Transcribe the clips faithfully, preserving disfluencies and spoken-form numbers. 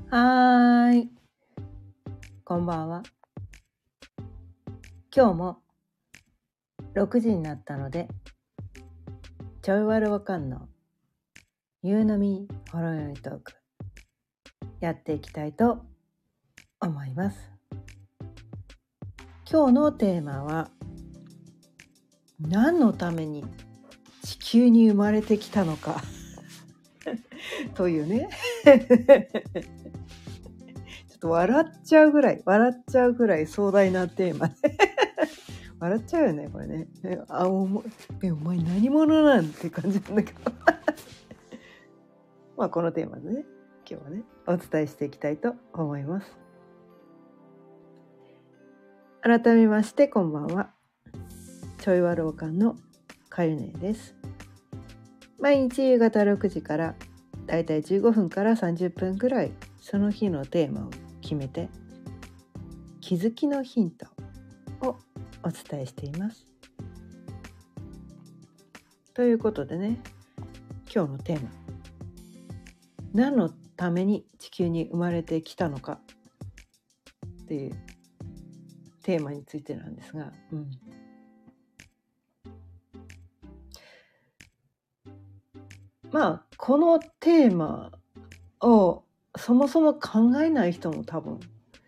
はーい、こんばんは。今日もろくじになったので、ちょいわるわかんの夕飲みほろよいトークやっていきたいと思います。今日のテーマは、何のために地球に生まれてきたのかというねちょっと笑っちゃうぐらい笑っちゃうぐらい壮大なテーマ笑っちゃうよねこれね。あ、おもえお前何者なんて感じなんだけどまあこのテーマでね、今日はねお伝えしていきたいと思います。改めましてこんばんは。ちょいわるおかんのかゆねです。毎日夕方ろくじからだいたいじゅうごふんからさんじゅっぷんくらい、その日のテーマを決めて気づきのヒントをお伝えしています。ということでね、今日のテーマ、何のために地球に生まれてきたのかっていうテーマについてなんですが、うん、まあこのテーマをそもそも考えない人も多分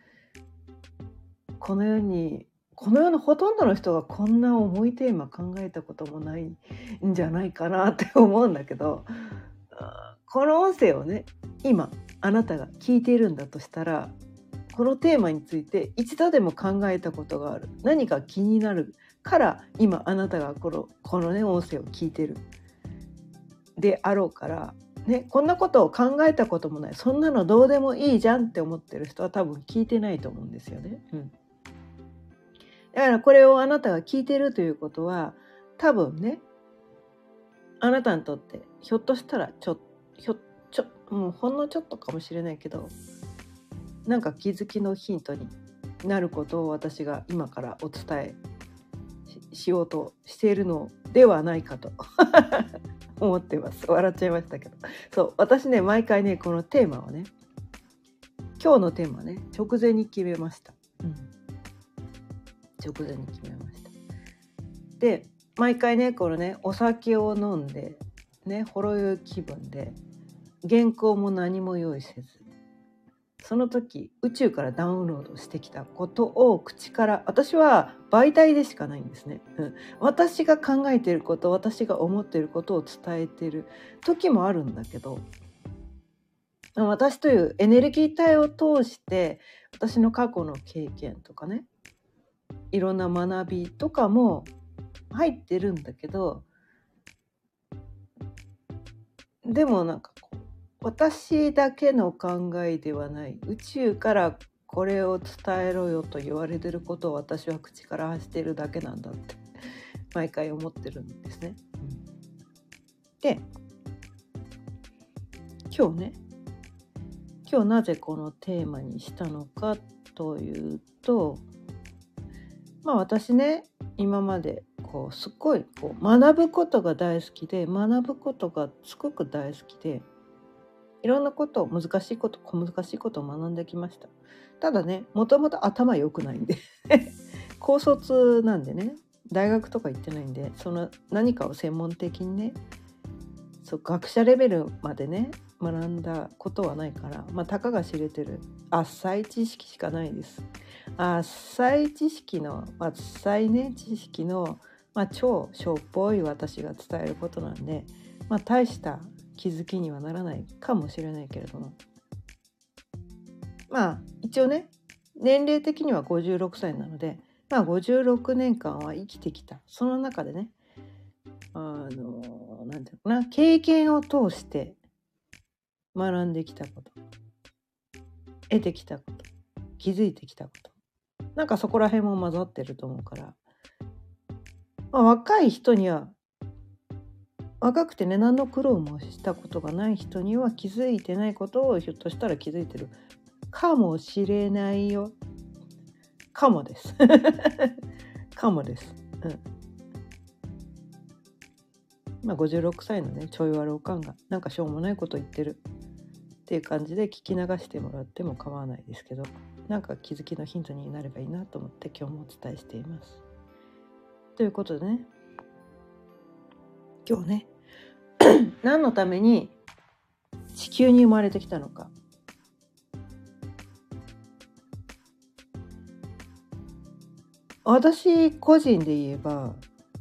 この世にこの世のほとんどの人がこんな重いテーマ考えたこともないんじゃないかなって思うんだけど、この音声をね今あなたが聞いているんだとしたら、このテーマについて一度でも考えたことがある、何か気になるから今あなたがこのこのね音声を聞いてるであろうからね、こんなことを考えたこともない、そんなのどうでもいいじゃんって思ってる人は多分聞いてないと思うんですよね。うん、だからこれをあなたが聞いてるということは、多分ねあなたにとってひょっとしたらちょひょちょもうほんのちょっとかもしれないけど、なんか気づきのヒントになることを私が今からお伝え し, しようとしているのではないかと思っています。笑っちゃいましたけど、そう私ね毎回ねこのテーマをね、今日のテーマね直前に決めました。うん、直前に決めました。で毎回ねこのねお酒を飲んでねほろ酔い気分で原稿も何も用意せず、その時宇宙からダウンロードしてきたことを口から、私は媒体でしかないんですね、うん、私が考えていること、私が思っていることを伝えている時もあるんだけど、私というエネルギー体を通して私の過去の経験とかね、いろんな学びとかも入ってるんだけど、でもなんかこう私だけの考えではない、宇宙からこれを伝えろよと言われてることを私は口から発しているだけなんだって毎回思ってるんですね。うん、で今日ね今日なぜこのテーマにしたのかというと、まあ私ね今までこうすっごいこう学ぶことが大好きで、学ぶことがすごく大好きで、いろんなことを難しいこと小難しいことを学んできました。ただねもともと頭良くないんで高卒なんでね、大学とか行ってないんで、その何かを専門的にね、そう学者レベルまでね学んだことはないから、まあたかが知れてる浅い知識しかないです。浅い知識の浅いね知識の、まあ、超しょっぽい私が伝えることなんで、まあ大した気づきにはならないかもしれないけれども、まあ一応ね年齢的にはごじゅうろくさいなので、まあごじゅうろくねんかんは生きてきた、その中でね、あのなんていうのかな、経験を通して学んできたこと、得てきたこと、気づいてきたこと、なんかそこら辺も混ざってると思うから、まあ、若い人には、若くてね何の苦労もしたことがない人には気づいてないことをひょっとしたら気づいてるかもしれないよ。かもですかもです、うん、まあごじゅうろくさいのねちょい悪おかんがなんかしょうもないこと言ってる、 っていう感じで聞き流してもらっても構わないですけど、なんか気づきのヒントになればいいなと思って今日もお伝えしています。ということでね、今日ね何のために地球に生まれてきたのか。私個人で言えば、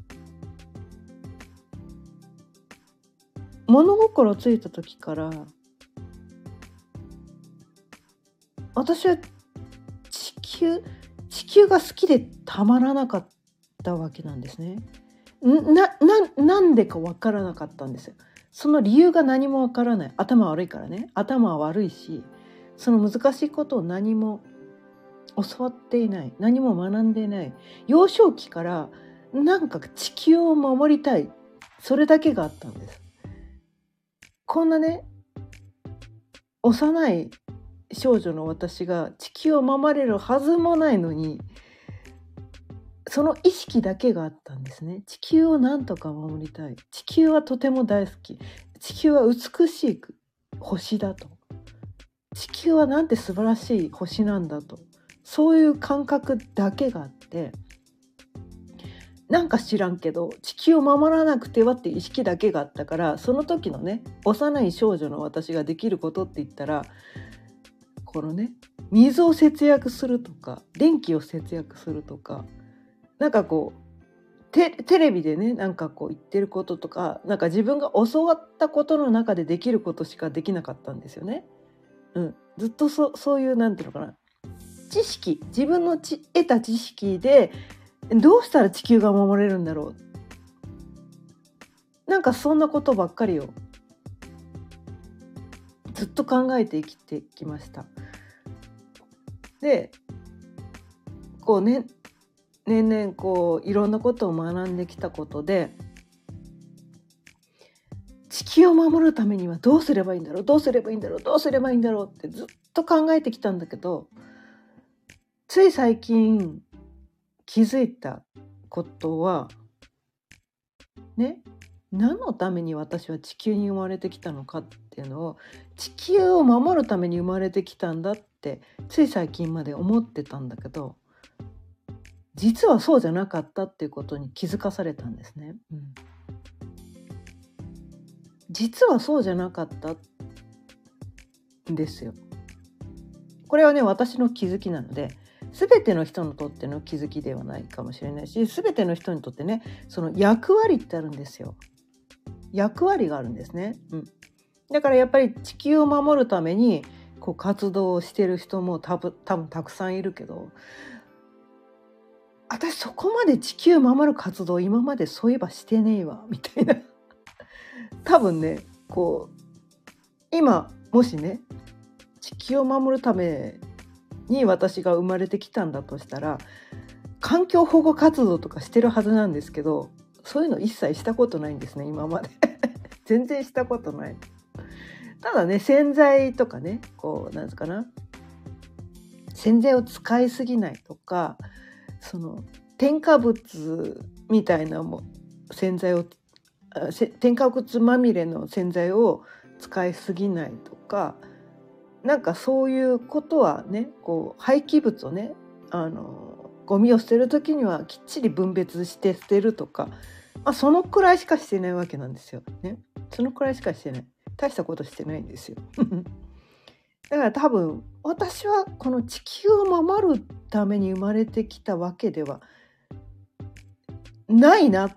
物心ついた時から私は地球地球が好きでたまらなかったわけなんですね。な、な、なんでかわからなかったんですよ。その理由が何もわからない。頭悪いからね。頭は悪いし、その難しいことを何も教わっていない。何も学んでいない。幼少期からなんか地球を守りたい。それだけがあったんです。こんなね、幼い少女の私が地球を守れるはずもないのに、その意識だけがあったんですね。地球をなんとか守りたい。地球はとても大好き。地球は美しい星だと。地球はなんて素晴らしい星なんだと。そういう感覚だけがあって、なんか知らんけど地球を守らなくてはって意識だけがあったから、その時のね、幼い少女の私ができることって言ったら、このね、水を節約するとか電気を節約するとか、なんかこう テ, テレビでね、なんかこう言ってることとか、なんか自分が教わったことの中でできることしかできなかったんですよね。うん、ずっと そ, そういうなんていうのかな、知識、自分のち得た知識でどうしたら地球が守れるんだろう、なんかそんなことばっかりをずっと考えて生きてきました。で、こうね、年々こういろんなことを学んできたことで、地球を守るためにはどうすればいいんだろうどうすればいいんだろうどうすればいいんだろうってずっと考えてきたんだけど、つい最近気づいたことはね、何のために私は地球に生まれてきたのかっていうのを、地球を守るために生まれてきたんだってつい最近まで思ってたんだけど、実はそうじゃなかったっていうことに気づかされたんですね。うん、実はそうじゃなかったんですよ。これはね、私の気づきなので、全ての人にとっての気づきではないかもしれないし、全ての人にとってね、その役割ってあるんですよ。役割があるんですね。うん、だからやっぱり地球を守るためにこう活動をしてる人も多分、多分たくさんいるけど、私そこまで地球を守る活動今までそういえばしてねえわみたいな多分ね、こう今もしね、地球を守るために私が生まれてきたんだとしたら、環境保護活動とかしてるはずなんですけど、そういうの一切したことないんですね、今まで全然したことない。ただね、洗剤とかね、こうなんですかな、洗剤を使いすぎないとか、その添加物みたいなも洗剤を添加物まみれの洗剤を使いすぎないとか、なんかそういうことはね、こう廃棄物をね、あのゴミを捨てる時にはきっちり分別して捨てるとか、まあ、そのくらいしかしてないわけなんですよね。そのくらいしかしてない。大したことしてないんですよだから多分私はこの地球を守るために生まれてきたわけではないなって、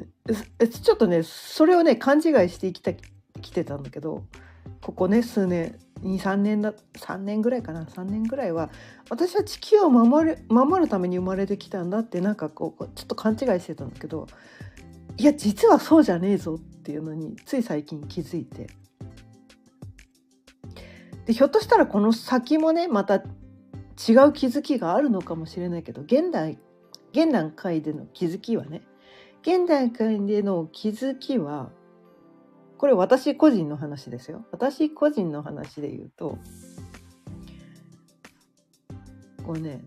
ちょっとねそれをね勘違いして生きてきてたんだけど、ここね数年に、さんねんださんねんぐらいかな、さんねんぐらいは私は地球を守る守るために生まれてきたんだって、なんかこうちょっと勘違いしてたんだけど、いや実はそうじゃねえぞっていうのについ最近気づいて、でひょっとしたらこの先もねまた違う気づきがあるのかもしれないけど、現代現段階での気づきはね現段階での気づきはこれ私個人の話ですよ。私個人の話で言うと、こうね、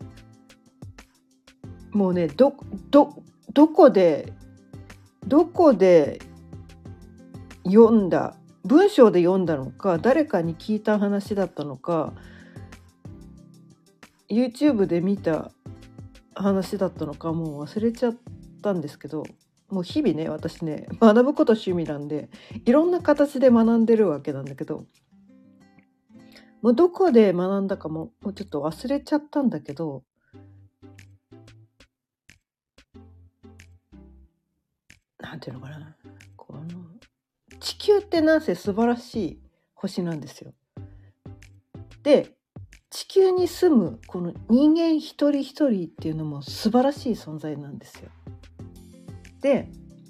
もうね、どどどこでどこで読んだ文章で読んだのか、誰かに聞いた話だったのか、 YouTube で見た話だったのかもう忘れちゃったんですけど、もう日々ね、私ね、学ぶこと趣味なんでいろんな形で学んでるわけなんだけど、もうどこで学んだかももうちょっと忘れちゃったんだけど、なんていうのかな、この地球ってなんせ素晴らしい星なんですよ。で、地球に住むこの人間一人一人っていうのも素晴らしい存在なんですよ。で、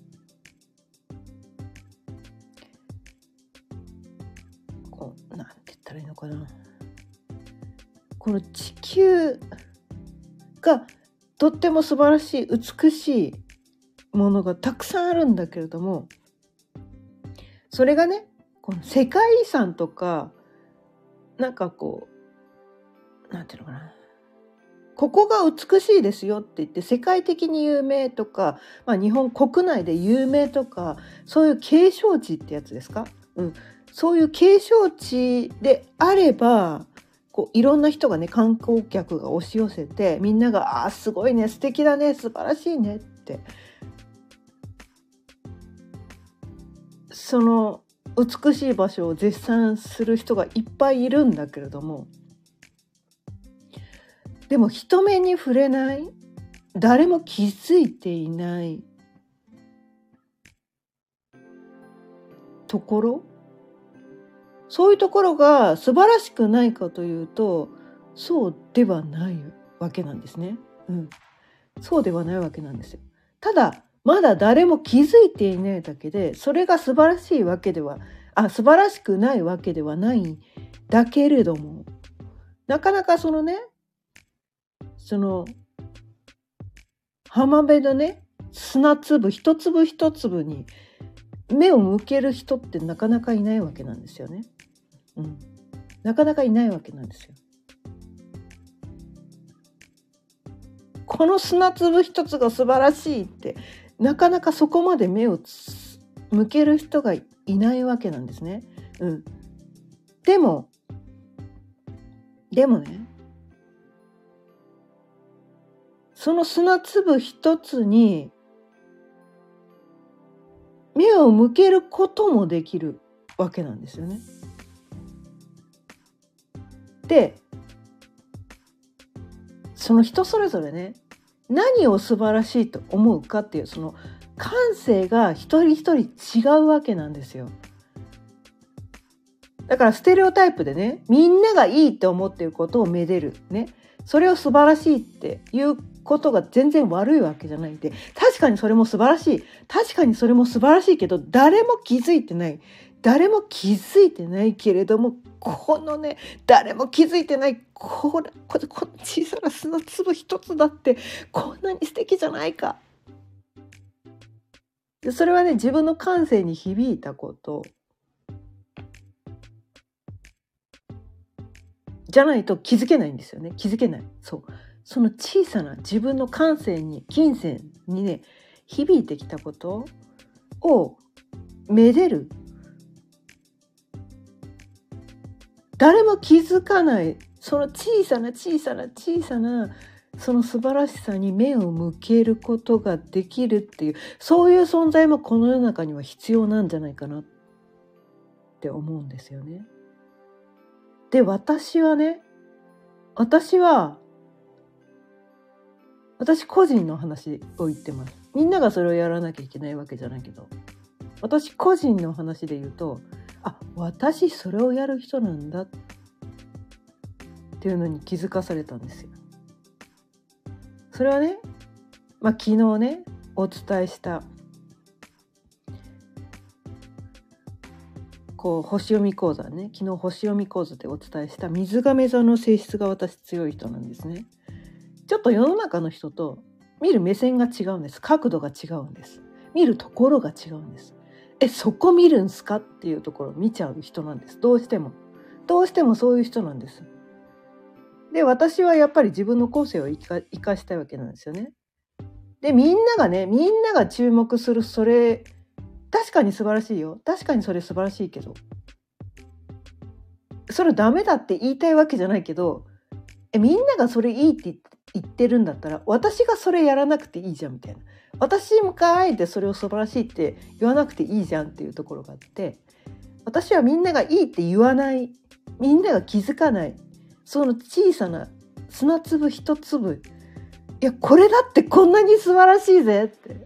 こうなんて言ったらいいのかな、この地球がとっても素晴らしい美しいものがたくさんあるんだけれども、それがね、この世界遺産とかなんかこうなんていうのかな、ここが美しいですよって言って世界的に有名とか、まあ、日本国内で有名とか、そういう景勝地ってやつですか、うん、そういう景勝地であれば、こういろんな人がね、観光客が押し寄せて、みんなが「あーすごいね、素敵だね、素晴らしいね」って、その美しい場所を絶賛する人がいっぱいいるんだけれども、でも人目に触れない、誰も気づいていないところ、そういうところが素晴らしくないかというと、そうではないわけなんですね。うん、そうではないわけなんですよ。ただまだ誰も気づいていないだけで、それが素晴らしいわけでは、あ、素晴らしくないわけではないんだけれども、なかなかそのね、その浜辺のね、砂粒一粒一粒に目を向ける人ってなかなかいないわけなんですよね。うん、なかなかいないわけなんですよ。この砂粒一つが素晴らしいって、なかなかそこまで目を向ける人がいないわけなんですね。うん、でもでもね、その砂粒一つに目を向けることもできるわけなんですよね。で、その人それぞれね、何を素晴らしいと思うかっていう、その感性が一人一人違うわけなんですよ。だからステレオタイプでね、みんながいいって思っていることをめでるね、それを素晴らしいっていうことが全然悪いわけじゃないんで、確かにそれも素晴らしい、確かにそれも素晴らしいけど、誰も気づいてない、誰も気づいてないけれども、このね、誰も気づいてない、これこれこの小さな砂粒一つだってこんなに素敵じゃないか。でそれはね、自分の感性に響いたことじゃないと気づけないんですよね。気づけない。そう。その小さな自分の感性に、金銭にね、響いてきたことをめでる。誰も気づかない、その小さな小さな小さなその素晴らしさに目を向けることができるっていう、そういう存在もこの世の中には必要なんじゃないかなって思うんですよね。で、私はね、私は私個人の話を言ってます。みんながそれをやらなきゃいけないわけじゃないけど、私個人の話で言うと、あ、私それをやる人なんだっていうのに気づかされたんですよ。それはね、まあ、昨日ねお伝えしたこう星読み講座ね、昨日星読み講座でお伝えした水亀座の性質が私強い人なんですね。ちょっと世の中の人と見る目線が違うんです。角度が違うんです。見るところが違うんです。え、そこ見るんすかっていうところを見ちゃう人なんです。どうしてもどうしてもそういう人なんです。で、私はやっぱり自分の個性を生か、生かしたいわけなんですよね。で、みんながね、みんなが注目するそれ確かに素晴らしいよ。確かにそれ素晴らしいけど、それダメだって言いたいわけじゃないけど、えみんながそれいいって言ってるんだったら私がそれやらなくていいじゃんみたいな、私があえてそれを素晴らしいって言わなくていいじゃんっていうところがあって、私はみんながいいって言わない、みんなが気づかない、その小さな砂粒一粒、いやこれだってこんなに素晴らしいぜって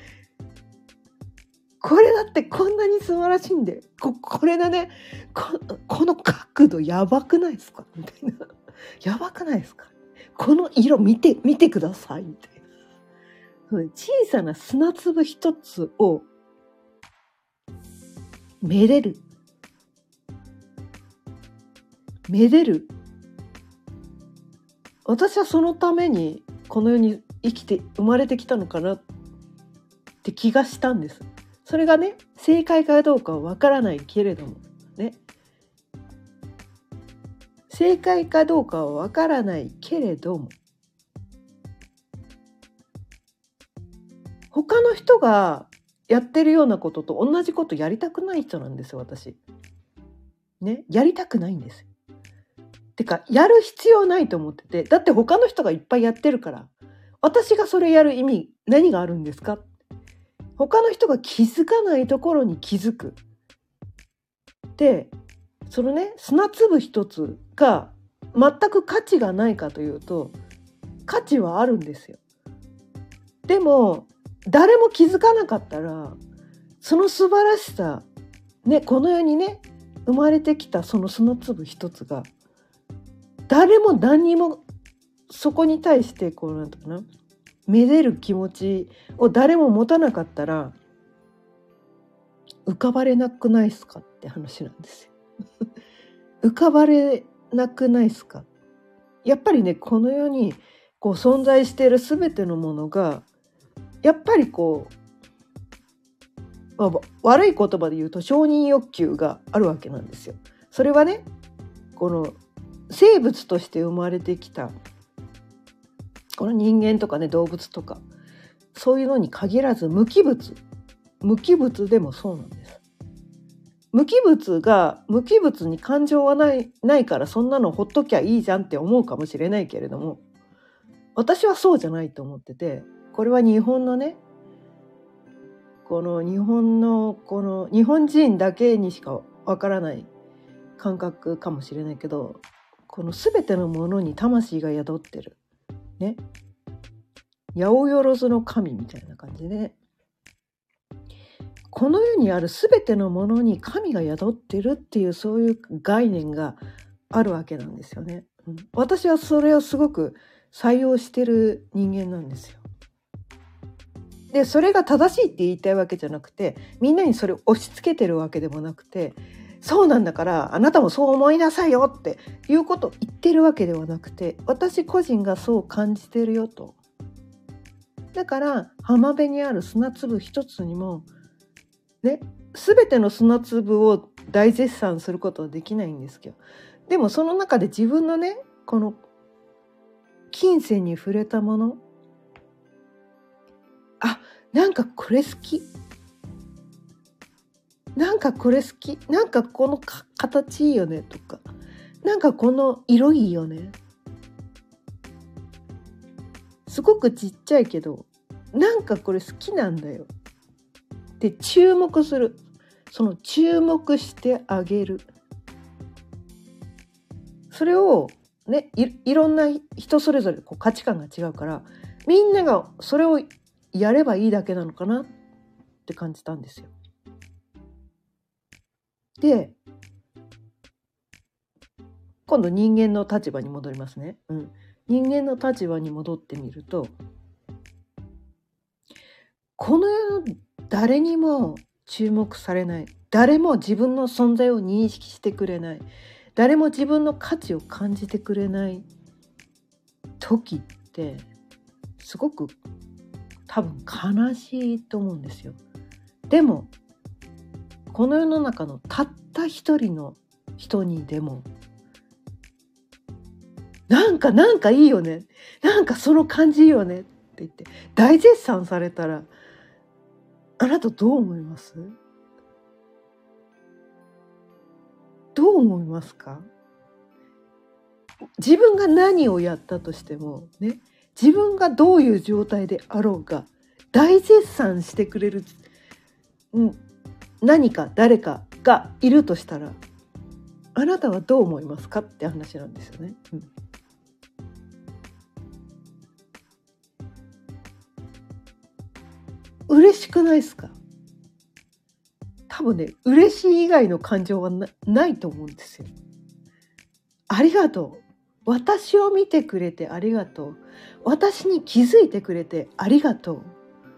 これだってこんなに素晴らしいんで こ, これだね こ, この角度やばくないですかみたいな、やばくないですか、この色見て見てくださいみたいな、小さな砂粒一つをめでるめでる私はそのためにこの世に生きて生まれてきたのかなって気がしたんです。それがね正解かどうかはわからないけれどもね、正解かどうかはわからないけれども、他の人がやってるようなことと同じことやりたくない人なんですよ私ね、やりたくないんですよ。てかやる必要ないと思ってて、だって他の人がいっぱいやってるから私がそれやる意味何があるんですか。他の人が気づかないところに気づく。でそのね砂粒一つが全く価値がないかというと価値はあるんですよ。でも誰も気づかなかったらその素晴らしさね、この世にね生まれてきたその砂粒一つが誰も何にもそこに対してこうなんとかなめでる気持ちを誰も持たなかったら浮かばれなくないですかって話なんですよ浮かばれなくないですか。やっぱりねこの世にこう存在しているすべてのものがやっぱりこう、まあ、悪い言葉で言うと承認欲求があるわけなんですよ。それはねこの生物として生まれてきたこの人間とかね動物とかそういうのに限らず無機物無機物でもそうなんです。無機物が無機物に感情はない、ないからそんなのほっときゃいいじゃんって思うかもしれないけれども、私はそうじゃないと思ってて、これは日本のねこの日本のこの日本人だけにしかわからない感覚かもしれないけど、この全てのものに魂が宿ってるね、八百万の神みたいな感じでね、この世にある全てのものに神が宿ってるっていうそういう概念があるわけなんですよね、うん、私はそれをすごく採用してる人間なんですよ。でそれが正しいって言いたいわけじゃなくて、みんなにそれを押し付けてるわけでもなくて、そうなんだからあなたもそう思いなさいよっていうことを言ってるわけではなくて、私個人がそう感じてるよと。だから浜辺にある砂粒一つにもね、全ての砂粒を大絶賛することはできないんですけど、でもその中で自分のねこの金銭に触れたもの、あ、なんかこれ好き、なんかこれ好き、なんかこの形いいよねとか、なんかこの色いいよね、すごくちっちゃいけどなんかこれ好きなんだよって注目する、その注目してあげる、それをね い, いろんな人それぞれこう価値観が違うから、みんながそれをやればいいだけなのかなって感じたんですよ。で今度人間の立場に戻りますね、うん、人間の立場に戻ってみると、この世の誰にも注目されない、誰も自分の存在を認識してくれない、誰も自分の価値を感じてくれない時ってすごく多分悲しいと思うんですよ。でもこの世の中のたった一人の人にでもなんかなんかいいよね、なんかその感じいいよねって言って大絶賛されたらあなたどう思います？どう思いますか？自分が何をやったとしてもね、自分がどういう状態であろうが大絶賛してくれる、うん、何か誰かがいるとしたら、あなたはどう思いますかって話なんですよね。うん、嬉しくないですか？多分ね、嬉しい以外の感情は な, ないと思うんですよ。ありがとう。私を見てくれてありがとう。私に気づいてくれてありがとう。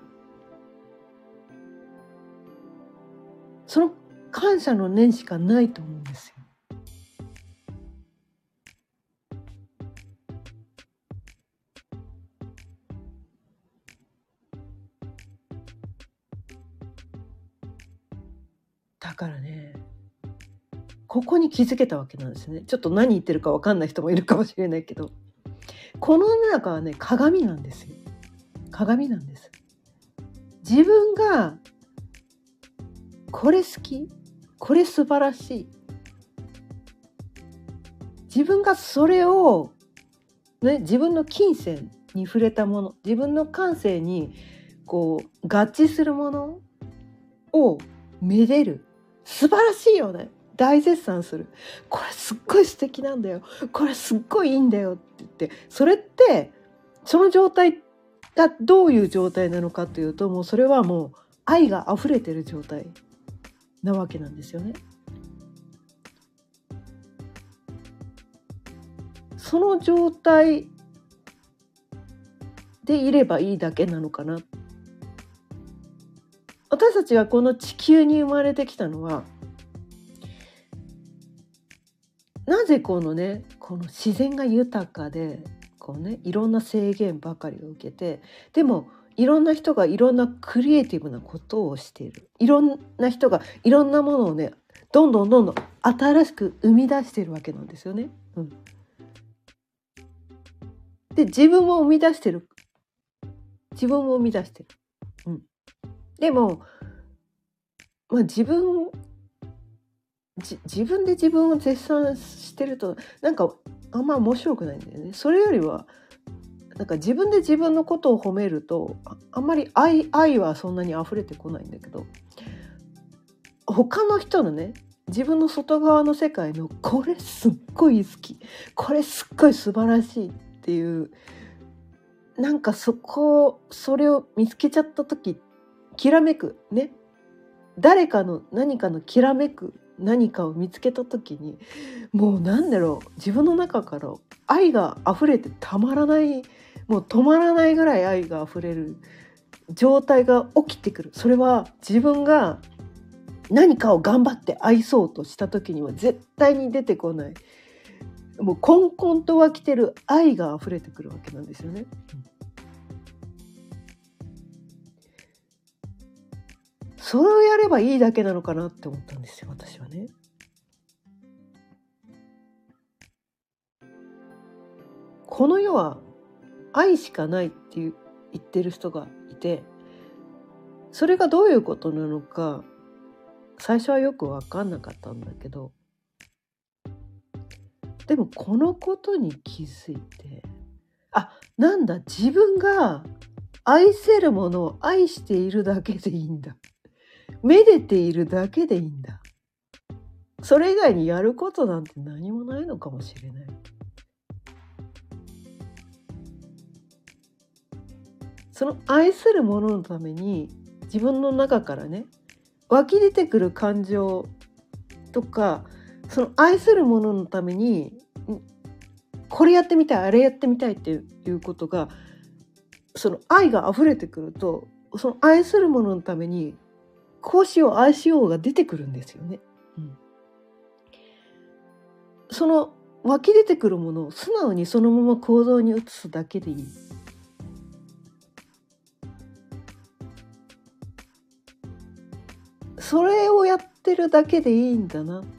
その感謝の念しかないと思うんですよ。だからね、ここに気づけたわけなんですね。ちょっと何言ってるか分かんない人もいるかもしれないけど、この中はね、鏡なんですよ。鏡なんです。自分がこれ好き、これ素晴らしい。自分がそれを、ね、自分の金銭に触れたもの、自分の感性にこう合致するものをめでる。素晴らしいよね。大絶賛する。これすっごい素敵なんだよ。これすっごいいいんだよって言って、それってその状態がどういう状態なのかというと、もうそれはもう愛が溢れてる状態なわけなんですよね。その状態でいればいいだけなのかな。私たちがこの地球に生まれてきたのは、なぜこのね、この自然が豊かで、こうね、いろんな制限ばかりを受けて、でもいろんな人がいろんなクリエイティブなことをしている。いろんな人がいろんなものをね、どんどんどんどん新しく生み出しているわけなんですよね。うん、で、自分も生み出してる。自分も生み出してる。うん、でも、まあ、自分じ自分で自分を絶賛してるとなんかあんま面白くないんだよね。それよりはなんか自分で自分のことを褒めると あ, あんまり 愛, 愛はそんなに溢れてこないんだけど、他の人のね、自分の外側の世界のこれすっごい好き、これすっごい素晴らしいっていう、なんかそこそれを見つけちゃった時、きらめくね、誰かの何かのきらめく何かを見つけた時に、もうなんだろう、自分の中から愛が溢れてたまらない、もう止まらないぐらい愛が溢れる状態が起きてくる。それは自分が何かを頑張って愛そうとした時には絶対に出てこない、もうこんこんと湧きてる愛が溢れてくるわけなんですよね。それをやればいいだけなのかなって思ったんですよ、私はね。この世は愛しかないっていう言ってる人がいて、それがどういうことなのか最初はよく分かんなかったんだけど、でもこのことに気づいて、あ、なんだ、自分が愛せるものを愛しているだけでいいんだ、めでているだけでいいんだ、それ以外にやることなんて何もないのかもしれない。その愛するもののために自分の中からね、湧き出てくる感情とか、その愛するもののためにこれやってみたい、あれやってみたいっていうことが、その愛が溢れてくると、その愛するもののためにこうしよう、ああしようが出てくるんですよね。うん、その湧き出てくるものを素直にそのまま行動に移すだけでいい。それをやってるだけでいいんだな。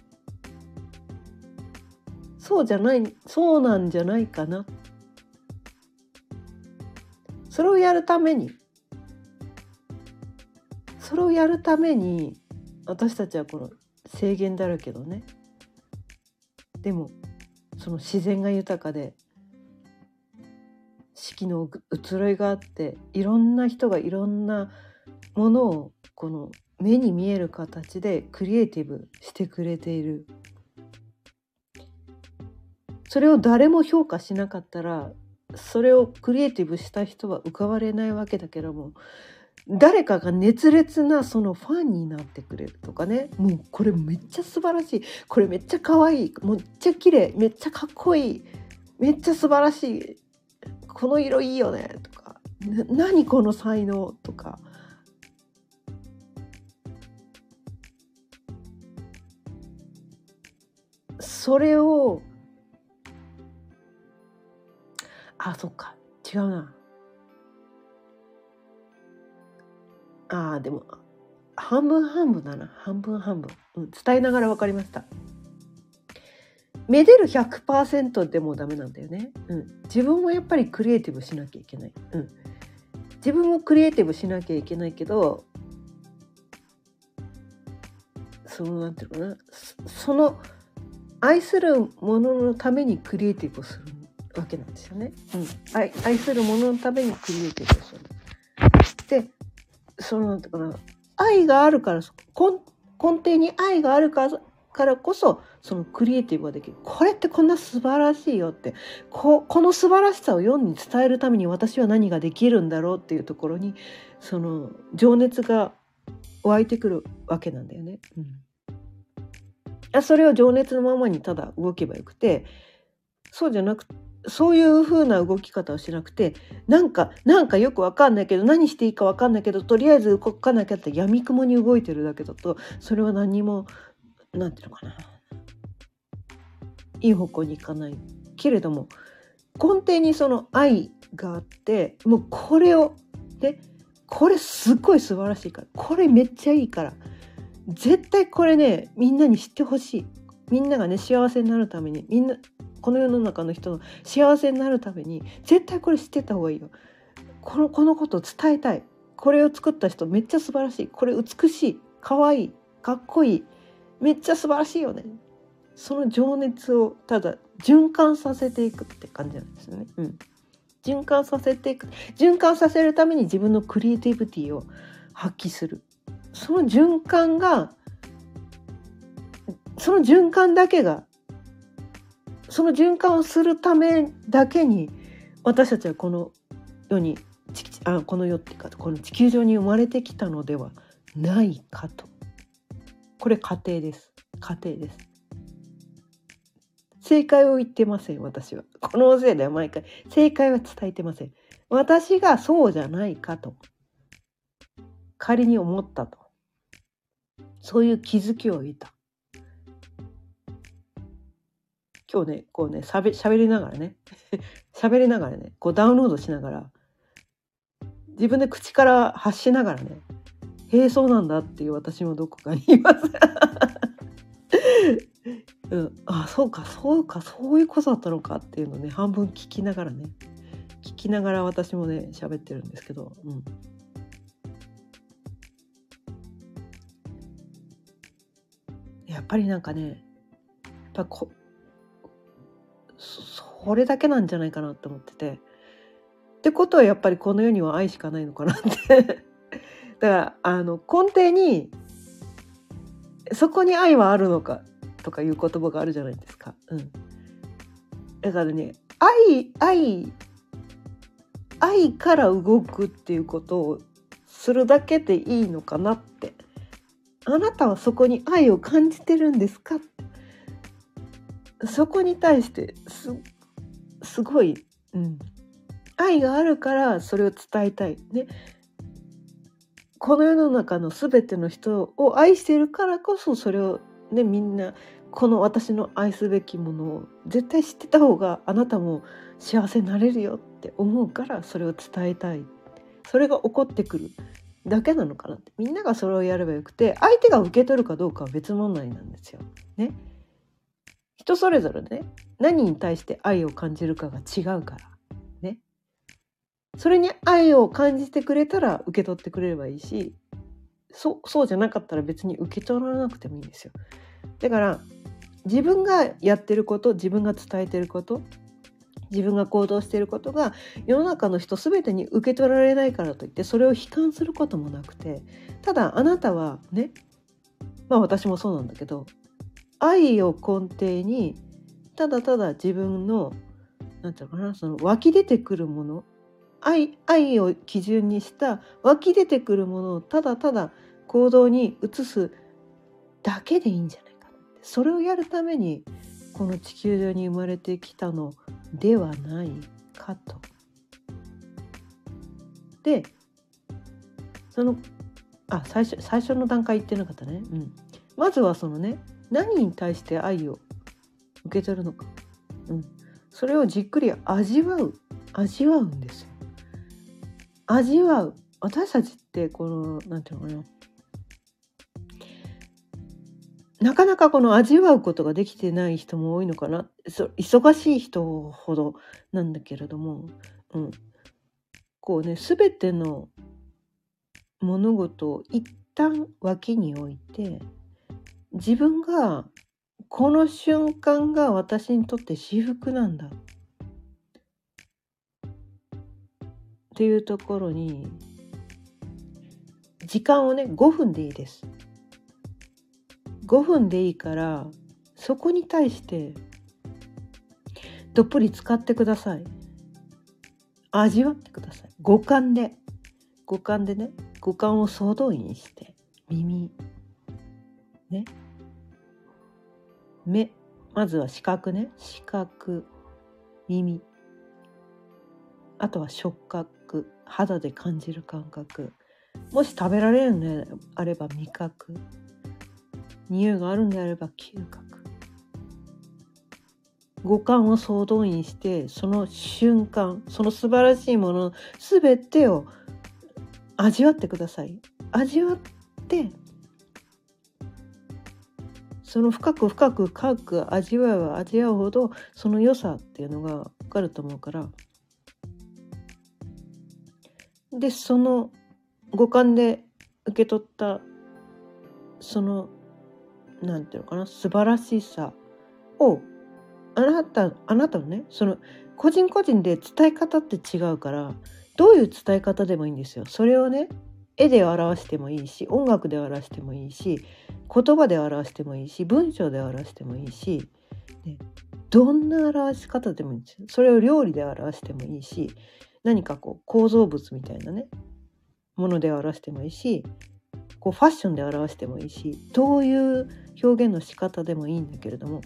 そうじゃない、そうなんじゃないかな。それをやるためにそれをやるために私たちはこの制限だらけどね、でもその自然が豊かで四季の移ろいがあって、いろんな人がいろんなものをこの目に見える形でクリエイティブしてくれている。それを誰も評価しなかったら、それをクリエイティブした人は浮かばれないわけだけども、誰かが熱烈なそのファンになってくれるとかね、もうこれめっちゃ素晴らしい、これめっちゃ可愛い、めっちゃ綺麗、めっちゃかっこいい、めっちゃ素晴らしい、この色いいよねとか、な何この才能とか、それをあそっか違うなあでも半分半分だな半分半分、うん、伝えながら分かりました。めでる ひゃくパーセント でもダメなんだよね、うん、自分もやっぱりクリエイティブしなきゃいけない、うん、自分もクリエイティブしなきゃいけないけど、そのなんていうかな、その愛するもののためにクリエイティブをするわけなんですよね、うん、愛, 愛するもののためにクリエイティブをする。でそのなんていうかな、愛があるから、根, 根底に愛があるからからこそそのクリエイティブができる。これってこんな素晴らしいよって、 こ, この素晴らしさを世に伝えるために私は何ができるんだろうっていうところにその情熱が湧いてくるわけなんだよね、うん、それを情熱のままにただ動けばよくて、そうじゃなくて、そういう風な動き方をしなくて、なんかなんかよく分かんないけど、何していいか分かんないけど、とりあえず動かなきゃって闇雲に動いてるだけだと、それは何もなんていうのかな、いい方向に行かないけれども、根底にその愛があって、もうこれをでこれすっごい素晴らしいから、これめっちゃいいから、絶対これねみんなに知ってほしい。みんながね幸せになるために、みんなこの世の中の人の幸せになるために絶対これ知ってた方がいいよ。このこのことを伝えたい。これを作った人めっちゃ素晴らしい。これ美しい、可愛い、かっこいい、めっちゃ素晴らしいよね。その情熱をただ循環させていくって感じなんですよね、うん、循環させていく、循環させるために自分のクリエイティビティを発揮する。その循環がその循環だけがその循環をするためだけに私たちはこの世にあこの世っていうかこの地球上に生まれてきたのではないかと。これ仮定です。仮定です。正解を言ってません。私はこのせいでは毎回正解は伝えてません。私がそうじゃないかと仮に思ったと、そういう気づきを得た。今日ねこうねしゃべ、しゃべりながらねしゃべりながらねこうダウンロードしながら自分で口から発しながらね、へえそうなんだっていう私もどこかにいますうん、あそうかそうかそういうことだったのかっていうのをね半分聞きながらね聞きながら私もね喋ってるんですけど、うん、やっぱりなんかねやっぱこそれだけなんじゃないかなと思ってて、ってことはやっぱりこの世には愛しかないのかなってだからあの根底にそこに愛はあるのかとかいう言葉があるじゃないですか、うん、だからね愛愛愛から動くっていうことをするだけでいいのかなって、あなたはそこに愛を感じてるんですかって、そこに対してすすごい、うん、愛があるからそれを伝えたいね。この世の中の全ての人を愛しているからこそそれをねみんなこの私の愛すべきものを絶対知ってた方があなたも幸せになれるよって思うからそれを伝えたい。それが起こってくるだけなのかなって。みんながそれをやればよくて相手が受け取るかどうかは別問題なんですよね。人それぞれね何に対して愛を感じるかが違うからね。それに愛を感じてくれたら受け取ってくれればいいし、 そそうじゃなかったら別に受け取らなくてもいいんですよ。だから自分がやってること、自分が伝えてること、自分が行動していることが世の中の人全てに受け取られないからといってそれを悲観することもなくて、ただあなたはね、まあ私もそうなんだけど、愛を根底にただただ自分のなんていうのかな、その湧き出てくるもの、愛愛を基準にした湧き出てくるものをただただ行動に移すだけでいいんじゃないかな。それをやるためにこの地球上に生まれてきたのではないかと。で、そのあ最初最初の段階言ってなかったね。うん。まずはそのね、何に対して愛を受け取るのか。うん。それをじっくり味わう味わうんですよ。味わう。私たちってこのなんていうのかな。なかなかこの味わうことができてない人も多いのかな。そ忙しい人ほどなんだけれども、うん、こうね、全ての物事を一旦脇に置いて、自分がこの瞬間が私にとって至福なんだっていうところに時間をね、ごふんでいいです。ごふんでいいからそこに対してどっぷり使ってください。味わってください。五感で五感でね、五感を総動員して耳ね、目、まずは視覚ね、視覚、耳、あとは触覚、肌で感じる感覚、もし食べられるのであれば味覚、匂いがあるんであれば嗅覚、五感を総動員してその瞬間、その素晴らしいものすべてを味わってください。味わってその深く深く深く味わえば味わうほどその良さっていうのが分かると思うから、でその五感で受け取ったそのなんていうのかな、素晴らしさをあなたあなたのね、その個人個人で伝え方って違うから、どういう伝え方でもいいんですよ。それをね、絵で表してもいいし、音楽で表してもいいし、言葉で表してもいいし、文章で表してもいいし、ね、どんな表し方でもいいんですよ。それを料理で表してもいいし、何かこう構造物みたいなねもので表してもいいし、こうファッションで表してもいいし、どういう表現の仕方でもいいんだけれども、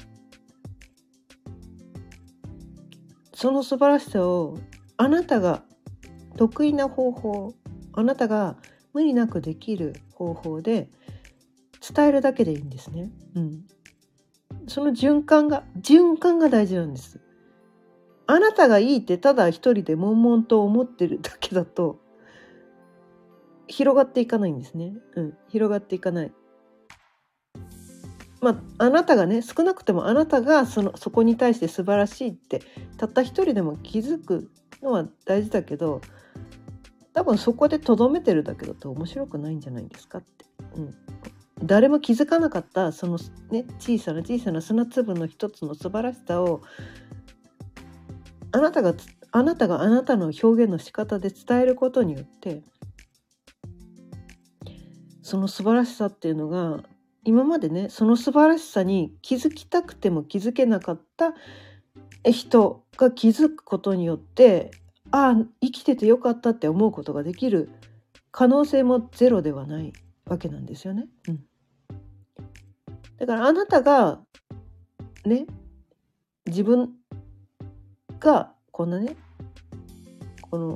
その素晴らしさをあなたが得意な方法、あなたが無理なくできる方法で伝えるだけでいいんですね。うん。その循環が循環が大事なんです。あなたがいいってただ一人で悶々と思ってるだけだと広がっていかないんですね。うん、広がっていかない。まあ、あなたがね、少なくてもあなたがそのそこに対して素晴らしいってたった一人でも気づくのは大事だけど、多分そこでとどめてるだけだと面白くないんじゃないですかって。うん、誰も気づかなかったそのね、小さな小さな砂粒の一つの素晴らしさをあなたがあなたがあなたの表現の仕方で伝えることによって、その素晴らしさっていうのが今までね、その素晴らしさに気づきたくても気づけなかった人が気づくことによって、ああ生きててよかったって思うことができる可能性もゼロではないわけなんですよね。うん、だからあなたがね、自分がこんなね、この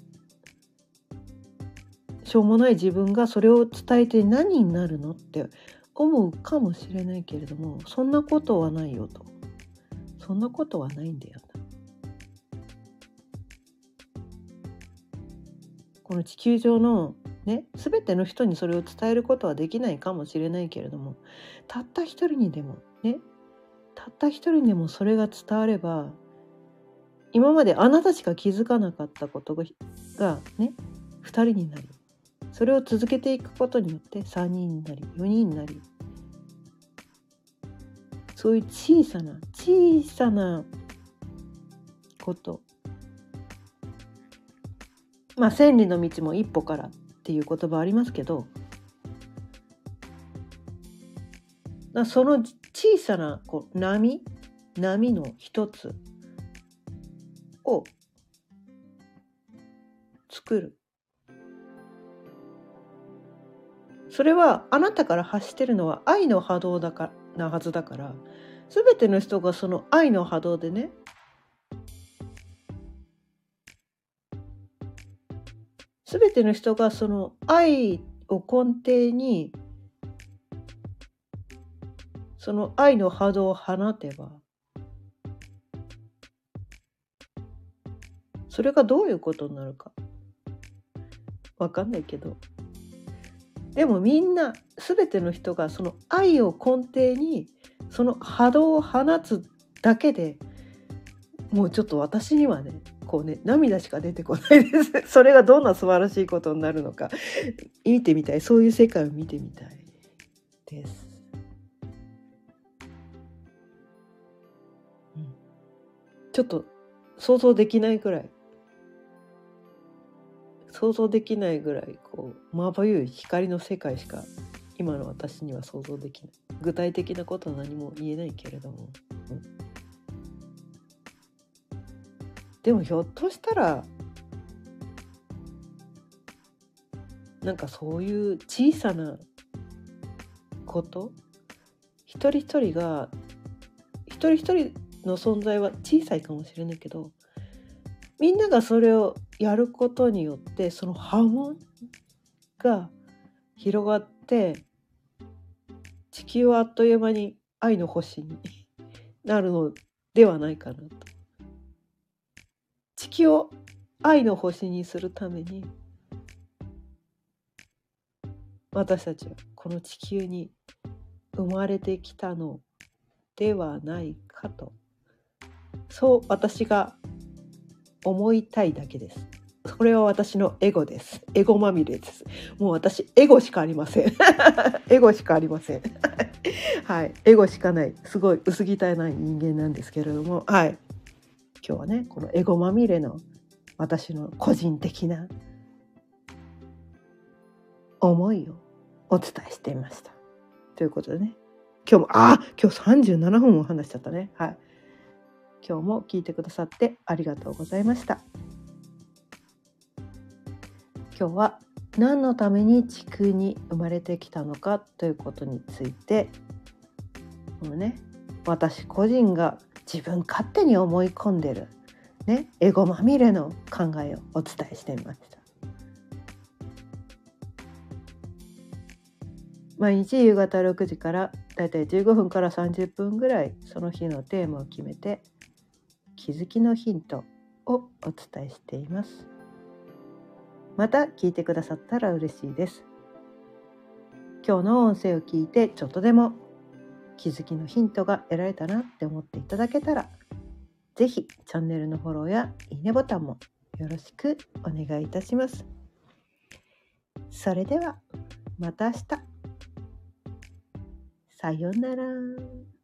しょうもない自分がそれを伝えて何になるのって思うかもしれないけれども、そんなことはないよと。そんなことはないんだよ。この地球上のね、全ての人にそれを伝えることはできないかもしれないけれども、たった一人にでもね、たった一人にでもそれが伝われば、今まであなたしか気づかなかったことががね、二人になり、 それを続けていくことによってさんにんになりよにんになり、そういう小さな小さなこと、まあ千里の道も一歩からっていう言葉ありますけど、その小さなこう波波の一つを作る。それはあなたから発してるのは愛の波動だからなはずだから、すべての人がその愛の波動でね、すべての人がその愛を根底にその愛の波動を放てば、それがどういうことになるかわかんないけど、でもみんなすべての人がその愛を根底にその波動を放つだけで、もうちょっと私にはねこうね涙しか出てこないですそれがどんな素晴らしいことになるのか見てみたい、そういう世界を見てみたいです、うん、ちょっと想像できないぐらい想像できないぐらいこうまばゆい光の世界しか今の私には想像できない。具体的なことは何も言えないけれども、うん、でもひょっとしたらなんかそういう小さなこと、一人一人が一人一人の存在は小さいかもしれないけど、みんながそれをやることによってその波紋が広がって地球はあっという間に愛の星になるのではないかなと。地球を愛の星にするために私たちはこの地球に生まれてきたのではないかと、そう私が思いたいだけです。それは私のエゴです。エゴまみれです。もう私エゴしかありませんエゴしかありませんはい、エゴしかない、すごい薄汚い人間なんですけれども、はい、今日はねこのエゴまみれの私の個人的な思いをお伝えしていましたということでね、今日もあ今日さんじゅうななふんも話しちゃったね。はい、今日も聞いてくださってありがとうございました。今日は何のために地球に生まれてきたのかということについて、もうね、私個人が自分勝手に思い込んでる、ね、エゴまみれの考えをお伝えしてみました。毎日夕方ろくじからだいたいじゅうごふんからさんじゅっぷんぐらいその日のテーマを決めて気づきのヒントをお伝えしています。また聞いてくださったら嬉しいです。今日の音声を聞いてちょっとでも気づきのヒントが得られたなって思っていただけたら、ぜひチャンネルのフォローやいいねボタンもよろしくお願いいたします。それではまた明日。さようなら。